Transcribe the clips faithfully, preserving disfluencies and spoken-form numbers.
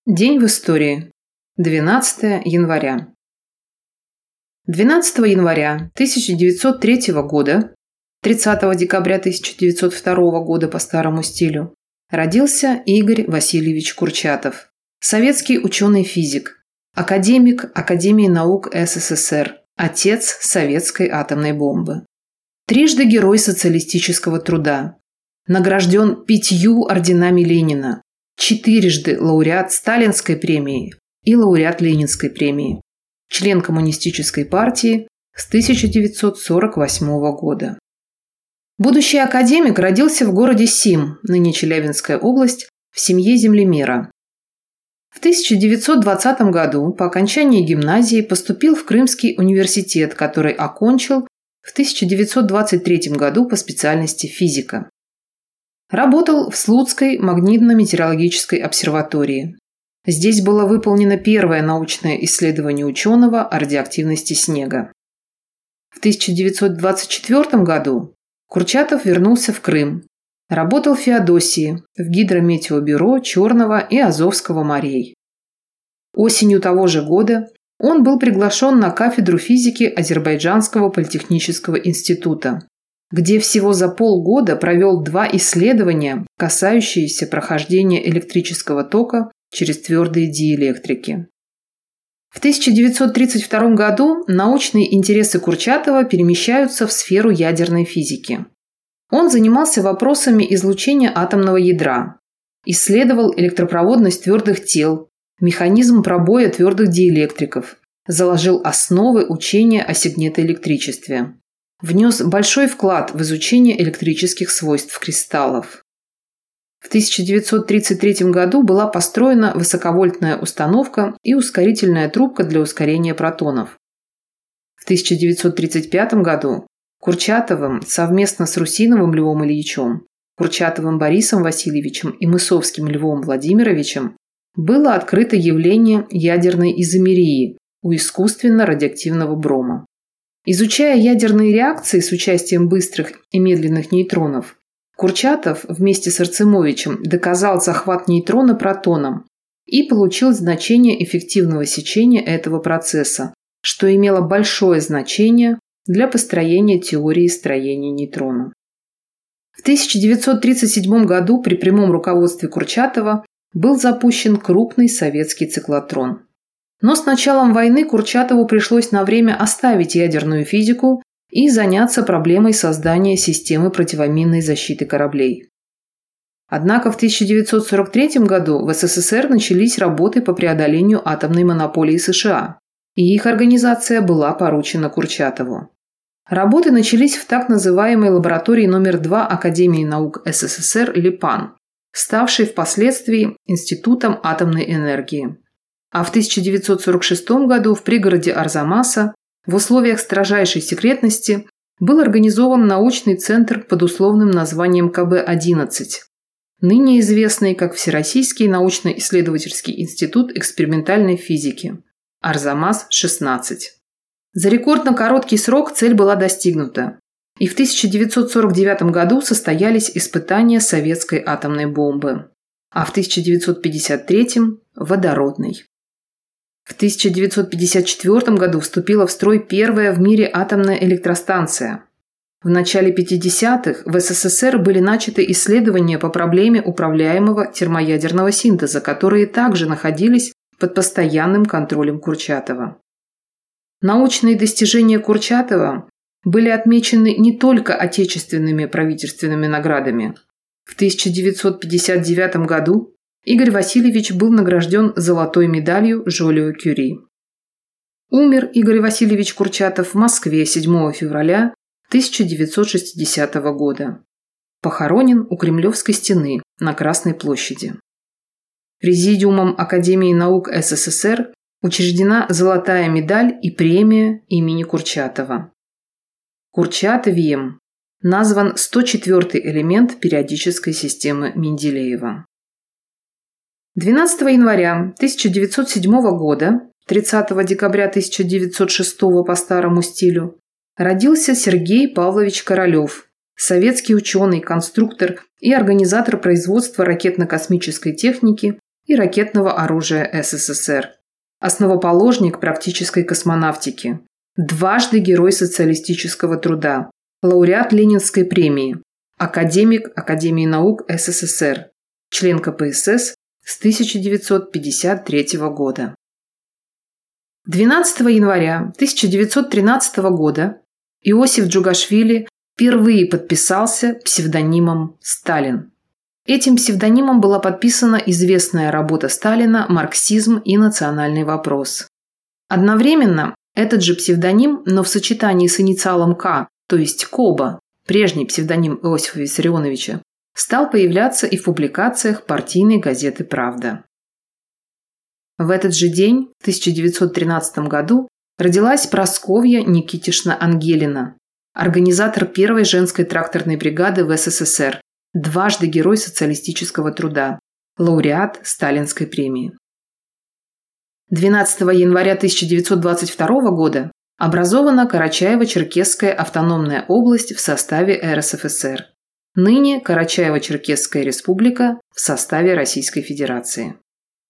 День в истории. двенадцатое января. двенадцатого января тысяча девятьсот третьего года, тридцатого декабря тысяча девятьсот второго года по старому стилю, родился Игорь Васильевич Курчатов, советский ученый-физик, академик Академии наук СССР, отец советской атомной бомбы. Трижды Герой социалистического труда, награжден пятью орденами Ленина, четырежды лауреат Сталинской премии и лауреат Ленинской премии, член Коммунистической партии с тысяча девятьсот сорок восьмого года. Будущий академик родился в городе Сим, ныне Челябинская область, в семье землемера. В тысяча девятьсот двадцатом году по окончании гимназии поступил в Крымский университет, который окончил в тысяча девятьсот двадцать третьем году по специальности физика. Работал в Слуцкой магнитно-метеорологической обсерватории. Здесь было выполнено первое научное исследование ученого о радиоактивности снега. В тысяча девятьсот двадцать четвёртом году Курчатов вернулся в Крым. Работал в Феодосии, в гидрометеобюро Черного и Азовского морей. Осенью того же года он был приглашен на кафедру физики Азербайджанского политехнического института, где всего за полгода провел два исследования, касающиеся прохождения электрического тока через твердые диэлектрики. В тысяча девятьсот тридцать втором году научные интересы Курчатова перемещаются в сферу ядерной физики. Он занимался вопросами излучения атомного ядра, исследовал электропроводность твердых тел, механизм пробоя твердых диэлектриков, заложил основы учения о сигнетоэлектричестве. Внес большой вклад в изучение электрических свойств кристаллов. В тысяча девятьсот тридцать третьем году была построена высоковольтная установка и ускорительная трубка для ускорения протонов. В тысяча девятьсот тридцать пятом году Курчатовым совместно с Русиновым Львом Ильичем, Курчатовым Борисом Васильевичем и Мысовским Львом Владимировичем было открыто явление ядерной изомерии у искусственно-радиоактивного брома. Изучая ядерные реакции с участием быстрых и медленных нейтронов, Курчатов вместе с Арцемовичем доказал захват нейтрона протоном и получил значение эффективного сечения этого процесса, что имело большое значение для построения теории строения нейтрона. В тысяча девятьсот тридцать седьмом году при прямом руководстве Курчатова был запущен крупный советский циклотрон. Но с началом войны Курчатову пришлось на время оставить ядерную физику и заняться проблемой создания системы противоминной защиты кораблей. Однако в тысяча девятьсот сорок третьем году в СССР начались работы по преодолению атомной монополии США, и их организация была поручена Курчатову. Работы начались в так называемой лаборатории номер два Академии наук СССР ЛИПАН, ставшей впоследствии Институтом атомной энергии. А в тысяча девятьсот сорок шестом году в пригороде Арзамаса в условиях строжайшей секретности был организован научный центр под условным названием ка бэ одиннадцать, ныне известный как Всероссийский научно-исследовательский институт экспериментальной физики, Арзамас шестнадцать. За рекордно короткий срок цель была достигнута, и в тысяча девятьсот сорок девятом году состоялись испытания советской атомной бомбы, а в тысяча девятьсот пятьдесят третьем – водородной. В тысяча девятьсот пятьдесят четвёртом году вступила в строй первая в мире атомная электростанция. В начале пятидесятых в СССР были начаты исследования по проблеме управляемого термоядерного синтеза, которые также находились под постоянным контролем Курчатова. Научные достижения Курчатова были отмечены не только отечественными правительственными наградами. В тысяча девятьсот пятьдесят девятом году Игорь Васильевич был награжден золотой медалью Жолио-Кюри. Умер Игорь Васильевич Курчатов в Москве седьмого февраля тысяча девятьсот шестидесятого года. Похоронен у Кремлевской стены на Красной площади. Президиумом Академии наук СССР учреждена золотая медаль и премия имени Курчатова. Курчатовием назван сто четвёртый элемент периодической системы Менделеева. двенадцатого января тысяча девятьсот седьмого года, тридцатого декабря тысяча девятьсот шестого по старому стилю, родился Сергей Павлович Королев, советский ученый, конструктор и организатор производства ракетно-космической техники и ракетного оружия СССР. Основоположник практической космонавтики. Дважды Герой социалистического труда. Лауреат Ленинской премии. Академик Академии наук СССР. Член ка пэ эс эс с тысяча девятьсот пятьдесят третьего года. двенадцатого января тысяча девятьсот тринадцатого года Иосиф Джугашвили впервые подписался псевдонимом «Сталин». Этим псевдонимом была подписана известная работа Сталина «Марксизм и национальный вопрос». Одновременно этот же псевдоним, но в сочетании с инициалом «К», то есть Коба, прежний псевдоним Иосифа Виссарионовича, стал появляться и в публикациях партийной газеты «Правда». В этот же день, в тысяча девятьсот тринадцатом году, родилась Прасковья Никитишна Ангелина, организатор первой женской тракторной бригады в СССР, дважды Герой социалистического труда, лауреат Сталинской премии. двенадцатого января тысяча девятьсот двадцать второго года образована Карачаево-Черкесская автономная область в составе эр эс эф эс эр, ныне Карачаево-Черкесская республика в составе Российской Федерации.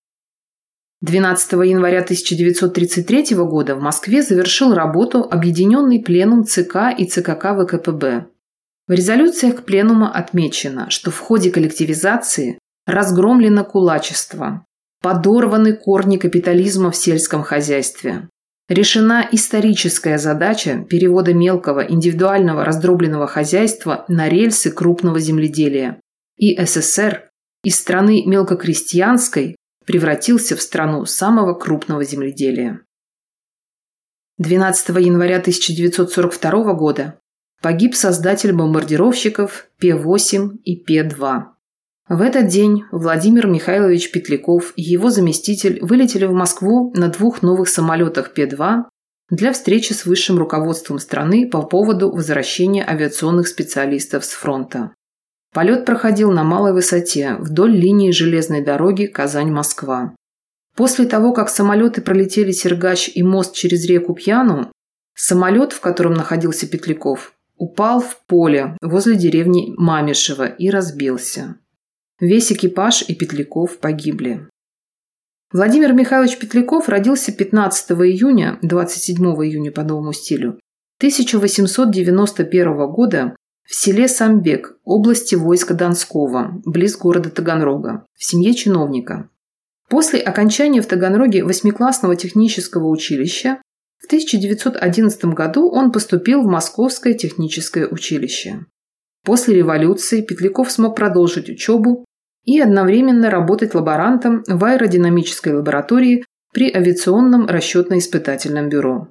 двенадцатого января тысяча девятьсот тридцать третьего года в Москве завершил работу Объединенный пленум ЦК и ЦКК вэ ка пэ бэ. В резолюциях пленума отмечено, что в ходе коллективизации разгромлено кулачество, подорваны корни капитализма в сельском хозяйстве, решена историческая задача перевода мелкого индивидуального раздробленного хозяйства на рельсы крупного земледелия, и эс эс эс эр из страны мелкокрестьянской превратился в страну самого крупного земледелия. двенадцатого января тысяча девятьсот сорок второго года погиб создатель бомбардировщиков Пе восемь и Пе два. В этот день Владимир Михайлович Петляков и его заместитель вылетели в Москву на двух новых самолетах Пе два для встречи с высшим руководством страны по поводу возвращения авиационных специалистов с фронта. Полет проходил на малой высоте вдоль линии железной дороги Казань-Москва. После того, как самолеты пролетели Сергач и мост через реку Пьяну, самолет, в котором находился Петляков, упал в поле возле деревни Мамишево и разбился. Весь экипаж и Петляков погибли. Владимир Михайлович Петляков родился пятнадцатого июня, двадцать седьмого июня по новому стилю, тысяча восемьсот девяносто первого года в селе Самбек, области войска Донского, близ города Таганрога, в семье чиновника. После окончания в Таганроге восьмиклассного технического училища в тысяча девятьсот одиннадцатом году он поступил в Московское техническое училище. После революции Петляков смог продолжить учебу и одновременно работать лаборантом в аэродинамической лаборатории при авиационном расчетно-испытательном бюро.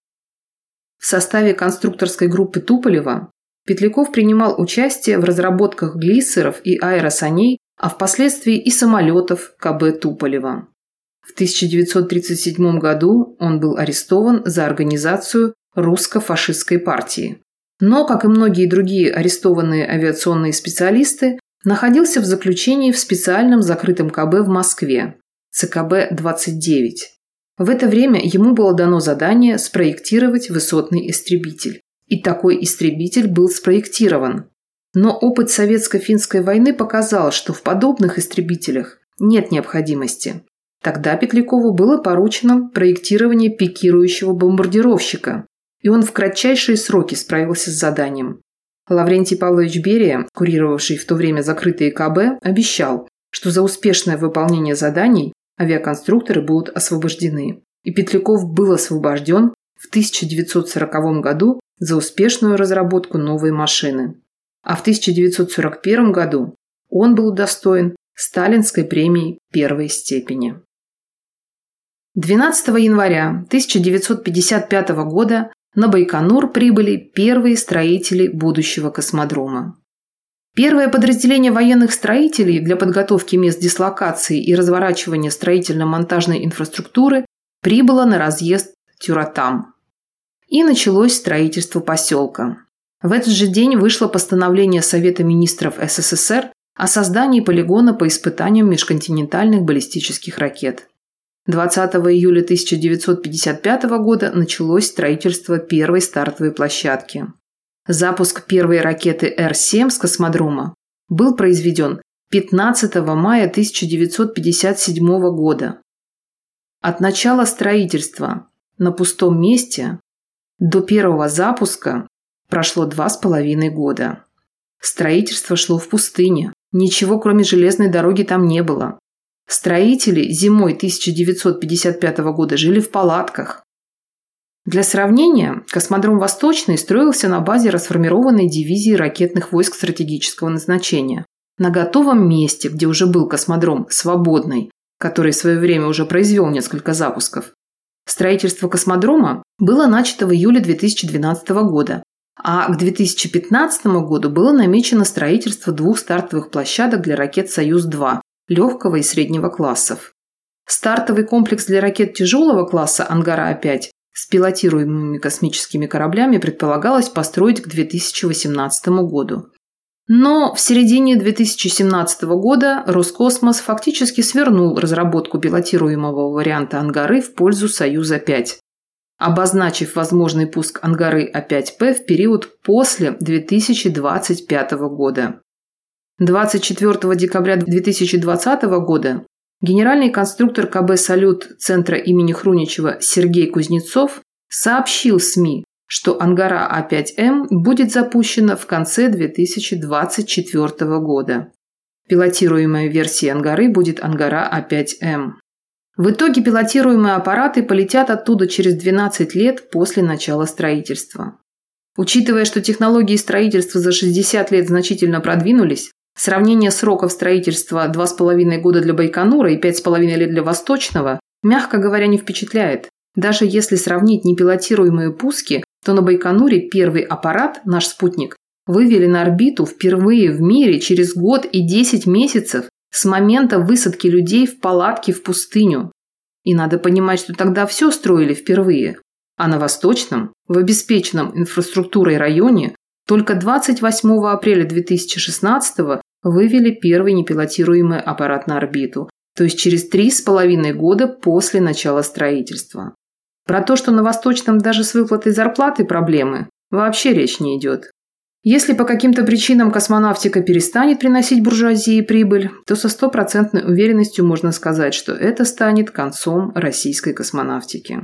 В составе конструкторской группы Туполева Петляков принимал участие в разработках глиссеров и аэросаней, а впоследствии и самолетов ка бэ Туполева. В тысяча девятьсот тридцать седьмом году он был арестован за организацию русско-фашистской партии. Но, как и многие другие арестованные авиационные специалисты, находился в заключении в специальном закрытом ка бэ в Москве, цэ ка бэ двадцать девять. В это время ему было дано задание спроектировать высотный истребитель. И такой истребитель был спроектирован. Но опыт советско-финской войны показал, что в подобных истребителях нет необходимости. Тогда Петлякову было поручено проектирование пикирующего бомбардировщика, и он в кратчайшие сроки справился с заданием. Лаврентий Павлович Берия, курировавший в то время закрытые ка бэ, обещал, что за успешное выполнение заданий авиаконструкторы будут освобождены. И Петляков был освобожден в тысяча девятьсот сороковом году за успешную разработку новой машины. А в тысяча девятьсот сорок первом году он был удостоен Сталинской премии первой степени. двенадцатого января тысяча девятьсот пятьдесят пятого года на Байконур прибыли первые строители будущего космодрома. Первое подразделение военных строителей для подготовки мест дислокации и разворачивания строительно-монтажной инфраструктуры прибыло на разъезд Тюратам. И началось строительство поселка. В этот же день вышло постановление Совета министров эс эс эс эр о создании полигона по испытаниям межконтинентальных баллистических ракет. двадцатого июля тысяча девятьсот пятьдесят пятого года началось строительство первой стартовой площадки. Запуск первой ракеты эр семь с космодрома был произведен пятнадцатого мая тысяча девятьсот пятьдесят седьмого года. От начала строительства на пустом месте до первого запуска прошло два с половиной года. Строительство шло в пустыне, ничего кроме железной дороги там не было. Строители зимой тысяча девятьсот пятьдесят пятого года жили в палатках. Для сравнения, космодром «Восточный» строился на базе расформированной дивизии ракетных войск стратегического назначения. На готовом месте, где уже был космодром «Свободный», который в свое время уже произвел несколько запусков. Строительство космодрома было начато в июле две тысячи двенадцатого года, а к две тысячи пятнадцатому году было намечено строительство двух стартовых площадок для ракет «Союз-два» легкого и среднего классов. Стартовый комплекс для ракет тяжелого класса «Ангара-А пять» с пилотируемыми космическими кораблями предполагалось построить к две тысячи восемнадцатому году. Но в середине две тысячи семнадцатого года Роскосмос фактически свернул разработку пилотируемого варианта «Ангары» в пользу «Союза пять», обозначив возможный пуск «Ангары А пять П» в период после две тысячи двадцать пятого года. двадцать четвёртого декабря две тысячи двадцатого года генеральный конструктор ка бэ «Салют» Центра имени Хруничева Сергей Кузнецов сообщил СМИ, что «Ангара А пять М» будет запущена в конце две тысячи двадцать четвёртого года. Пилотируемой версией «Ангары» будет «Ангара А пять М». В итоге пилотируемые аппараты полетят оттуда через двенадцать лет после начала строительства. Учитывая, что технологии строительства за шестьдесят лет значительно продвинулись, сравнение сроков строительства два с половиной года для Байконура и пять с половиной лет для Восточного, мягко говоря, не впечатляет. Даже если сравнить непилотируемые пуски, то на Байконуре первый аппарат, наш спутник, вывели на орбиту впервые в мире через год и десять месяцев с момента высадки людей в палатке в пустыню. И надо понимать, что тогда все строили впервые. А на Восточном, в обеспеченном инфраструктурой районе, только двадцать восьмого апреля две тысячи шестнадцатого вывели первый непилотируемый аппарат на орбиту, то есть через три с половиной года после начала строительства. Про то, что на Восточном даже с выплатой зарплаты проблемы, вообще речь не идет. Если по каким-то причинам космонавтика перестанет приносить буржуазии прибыль, то со стопроцентной уверенностью можно сказать, что это станет концом российской космонавтики.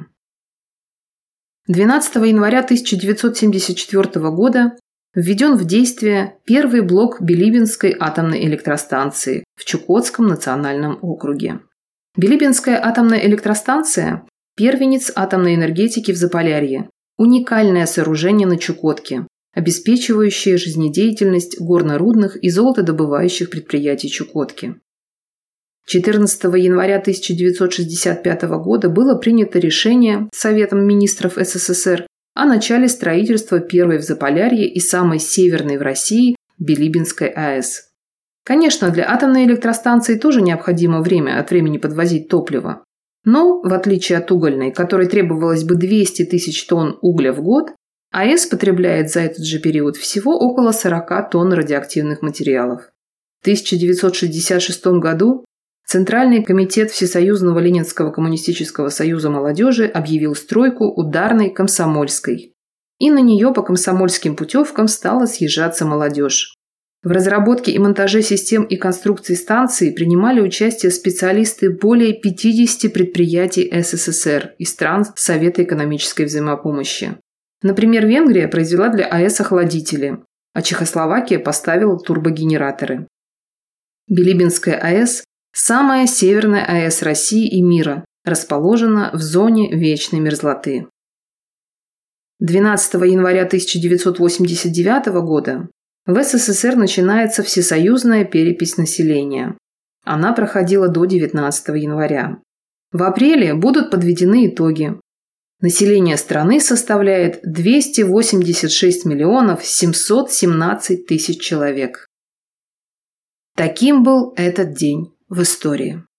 двенадцатого января тысяча девятьсот семьдесят четвёртого года введен в действие первый блок Билибинской атомной электростанции в Чукотском национальном округе. Билибинская атомная электростанция – первенец атомной энергетики в Заполярье, уникальное сооружение на Чукотке, обеспечивающее жизнедеятельность горно-рудных и золотодобывающих предприятий Чукотки. четырнадцатого января тысяча девятьсот шестьдесят пятого года было принято решение Советом министров эс эс эс эр о начале строительства первой в Заполярье и самой северной в России Билибинской а э с. Конечно, для атомной электростанции тоже необходимо время от времени подвозить топливо. Но, в отличие от угольной, которой требовалось бы двести тысяч тонн угля в год, а э с потребляет за этот же период всего около сорок тонн радиоактивных материалов. В тысяча девятьсот шестьдесят шестом году Центральный комитет Всесоюзного Ленинского коммунистического союза молодежи объявил стройку Ударной Комсомольской. И на нее по комсомольским путевкам стала съезжаться молодежь. В разработке и монтаже систем и конструкций станции принимали участие специалисты более пятидесяти предприятий эс эс эс эр и стран Совета экономической взаимопомощи. Например, Венгрия произвела для а э с охладители, а Чехословакия поставила турбогенераторы. Билибинская а э с – самая северная а э с России и мира, расположена в зоне вечной мерзлоты. двенадцатого января тысяча девятьсот восемьдесят девятого года в эс эс эс эр начинается всесоюзная перепись населения. Она проходила до девятнадцатого января. В апреле будут подведены итоги. Население страны составляет двести восемьдесят шесть миллионов семьсот семнадцать тысяч человек. Таким был этот день в истории.